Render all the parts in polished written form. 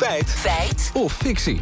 Feit of fictie?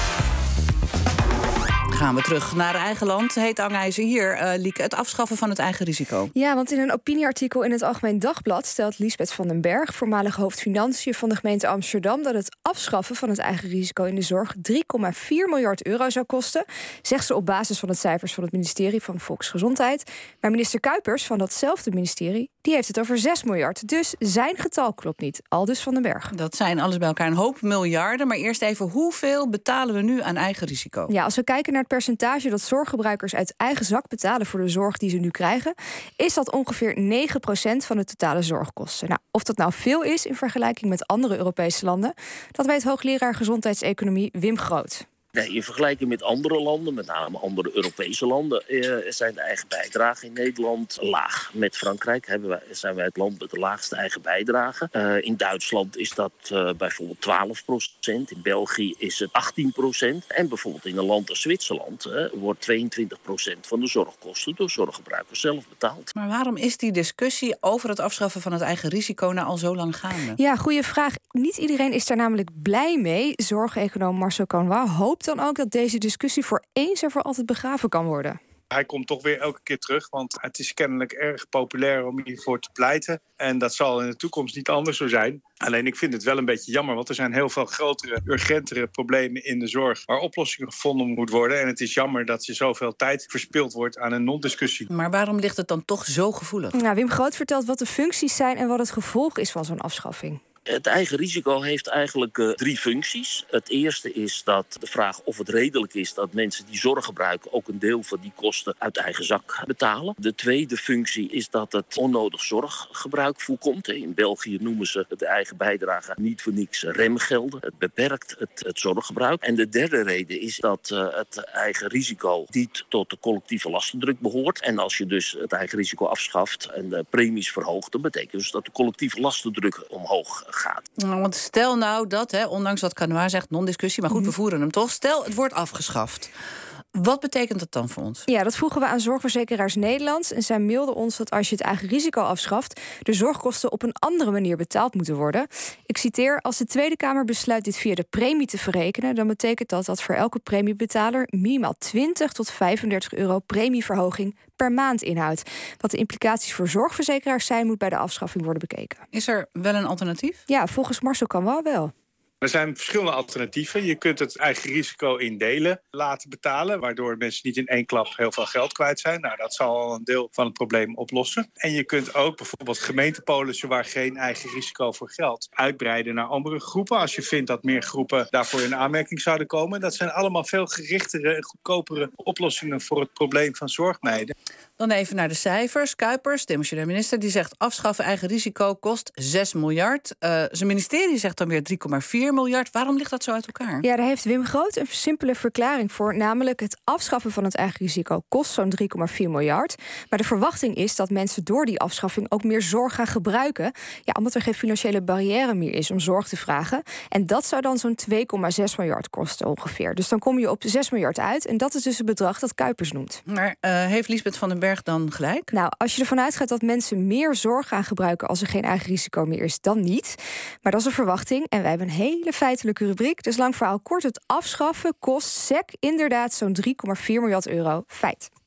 Gaan we terug naar eigen land. Heet Angijzer hier, Lieke, het afschaffen van het eigen risico. Ja, want in een opinieartikel in het Algemeen Dagblad stelt Liesbeth van den Berg, voormalig hoofd Financiën van de gemeente Amsterdam, dat het afschaffen van het eigen risico in de zorg 3,4 miljard euro zou kosten. Zegt ze op basis van de cijfers van het ministerie van Volksgezondheid. Maar minister Kuipers van datzelfde ministerie, die heeft het over 6 miljard. Dus zijn getal klopt niet. Aldus van den Berg. Dat zijn alles bij elkaar een hoop miljarden. Maar eerst even, hoeveel betalen we nu aan eigen risico? Ja, als we kijken naar het percentage dat zorggebruikers uit eigen zak betalen voor de zorg die ze nu krijgen, is dat ongeveer 9% van de totale zorgkosten. Nou, of dat nou veel is in vergelijking met andere Europese landen, dat weet hoogleraar gezondheidseconomie Wim Groot. Nee, in vergelijking met andere landen, met name andere Europese landen, zijn de eigen bijdragen in Nederland laag. Met Frankrijk zijn wij het land met de laagste eigen bijdrage. In Duitsland is dat bijvoorbeeld 12%. In België is het 18%. En bijvoorbeeld in een land als Zwitserland wordt 22% van de zorgkosten door zorggebruikers zelf betaald. Maar waarom is die discussie over het afschaffen van het eigen risico nou al zo lang gaande? Ja, goede vraag. Niet iedereen is daar namelijk blij mee. Zorgeconoom Marcel Canois hoopt dan ook dat deze discussie voor eens en voor altijd begraven kan worden. Hij komt toch weer elke keer terug, want het is kennelijk erg populair om hiervoor te pleiten. En dat zal in de toekomst niet anders zo zijn. Alleen ik vind het wel een beetje jammer, want er zijn heel veel grotere, urgentere problemen in de zorg waar oplossingen gevonden moeten worden. En het is jammer dat er zoveel tijd verspild wordt aan een non-discussie. Maar waarom ligt het dan toch zo gevoelig? Nou, Wim Groot vertelt wat de functies zijn en wat het gevolg is van zo'n afschaffing. Het eigen risico heeft eigenlijk 3 functies. Het eerste is dat de vraag of het redelijk is dat mensen die zorg gebruiken ook een deel van die kosten uit eigen zak betalen. De tweede functie is dat het onnodig zorggebruik voorkomt. In België noemen ze de eigen bijdrage niet voor niks remgelden. Het beperkt het zorggebruik. En de derde reden is dat het eigen risico niet tot de collectieve lastendruk behoort. En als je dus het eigen risico afschaft en de premies verhoogt, dan betekent dus dat de collectieve lastendruk omhoog gaat. Nou, want stel nou dat, ondanks wat Canois zegt, non-discussie, maar goed, we voeren hem toch. Stel, het wordt afgeschaft. Wat betekent dat dan voor ons? Ja, dat vroegen we aan Zorgverzekeraars Nederland. En zij mailden ons dat als je het eigen risico afschaft, de zorgkosten op een andere manier betaald moeten worden. Ik citeer: als de Tweede Kamer besluit dit via de premie te verrekenen, dan betekent dat voor elke premiebetaler minimaal 20 tot 35 euro premieverhoging per maand inhoudt. Wat de implicaties voor zorgverzekeraars zijn, moet bij de afschaffing worden bekeken. Is er wel een alternatief? Ja, volgens Marcel Canois wel. Er zijn verschillende alternatieven. Je kunt het eigen risico in delen laten betalen, waardoor mensen niet in één klap heel veel geld kwijt zijn. Nou, dat zal al een deel van het probleem oplossen. En je kunt ook bijvoorbeeld gemeentepolissen waar geen eigen risico voor geldt uitbreiden naar andere groepen. Als je vindt dat meer groepen daarvoor in aanmerking zouden komen. Dat zijn allemaal veel gerichtere en goedkopere oplossingen voor het probleem van zorgmeiden. Dan even naar de cijfers. Kuipers, demissionair minister, die zegt afschaffen eigen risico kost 6 miljard. Zijn ministerie zegt dan weer 3,4 miljard. Waarom ligt dat zo uit elkaar? Ja, daar heeft Wim Groot een simpele verklaring voor. Namelijk het afschaffen van het eigen risico kost zo'n 3,4 miljard. Maar de verwachting is dat mensen door die afschaffing ook meer zorg gaan gebruiken. Ja, omdat er geen financiële barrière meer is om zorg te vragen. En dat zou dan zo'n 2,6 miljard kosten ongeveer. Dus dan kom je op 6 miljard uit. En dat is dus het bedrag dat Kuipers noemt. Maar heeft Liesbeth van den Berg dan gelijk? Nou, als je ervan uitgaat dat mensen meer zorg gaan gebruiken als er geen eigen risico meer is, dan niet. Maar dat is een verwachting en wij hebben een hele feitelijke rubriek. Dus lang verhaal kort, het afschaffen kost SEC inderdaad zo'n 3,4 miljard euro. Feit.